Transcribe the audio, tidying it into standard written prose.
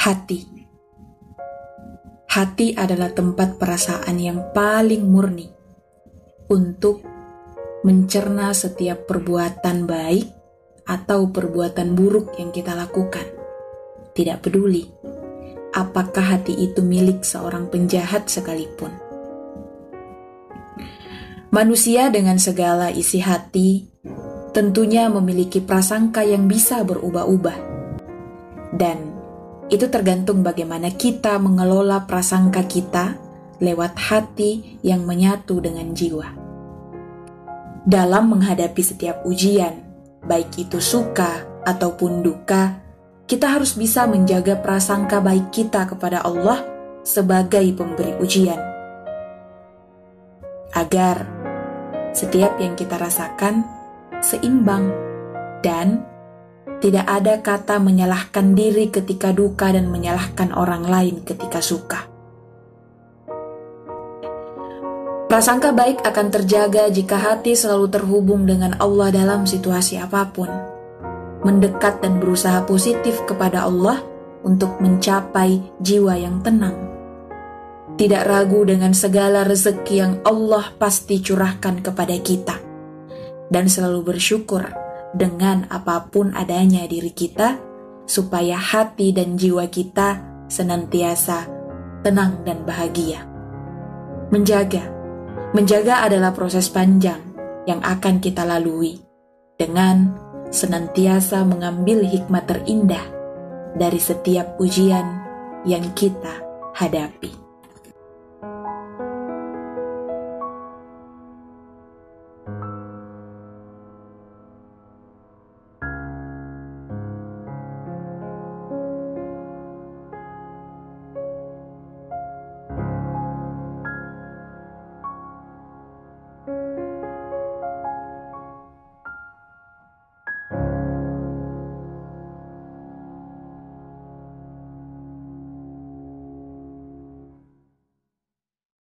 Hati. Hati adalah tempat perasaan yang paling murni untuk mencerna setiap perbuatan baik atau perbuatan buruk yang kita lakukan. Tidak peduli apakah hati itu milik seorang penjahat sekalipun. Manusia dengan segala isi hati tentunya memiliki prasangka yang bisa berubah-ubah. Dan itu tergantung bagaimana kita mengelola prasangka kita lewat hati yang menyatu dengan jiwa. Dalam menghadapi setiap ujian, baik itu suka ataupun duka, kita harus bisa menjaga prasangka baik kita kepada Allah sebagai pemberi ujian. Agar setiap yang kita rasakan seimbang dan tidak ada kata menyalahkan diri ketika duka dan menyalahkan orang lain ketika suka. Prasangka baik akan terjaga jika hati selalu terhubung dengan Allah dalam situasi apapun. Mendekat dan berusaha positif kepada Allah untuk mencapai jiwa yang tenang. Tidak ragu dengan segala rezeki yang Allah pasti curahkan kepada kita. Dan selalu bersyukur dengan apapun adanya diri kita, supaya hati dan jiwa kita senantiasa tenang dan bahagia. Menjaga adalah proses panjang yang akan kita lalui dengan senantiasa mengambil hikmat terindah dari setiap ujian yang kita hadapi.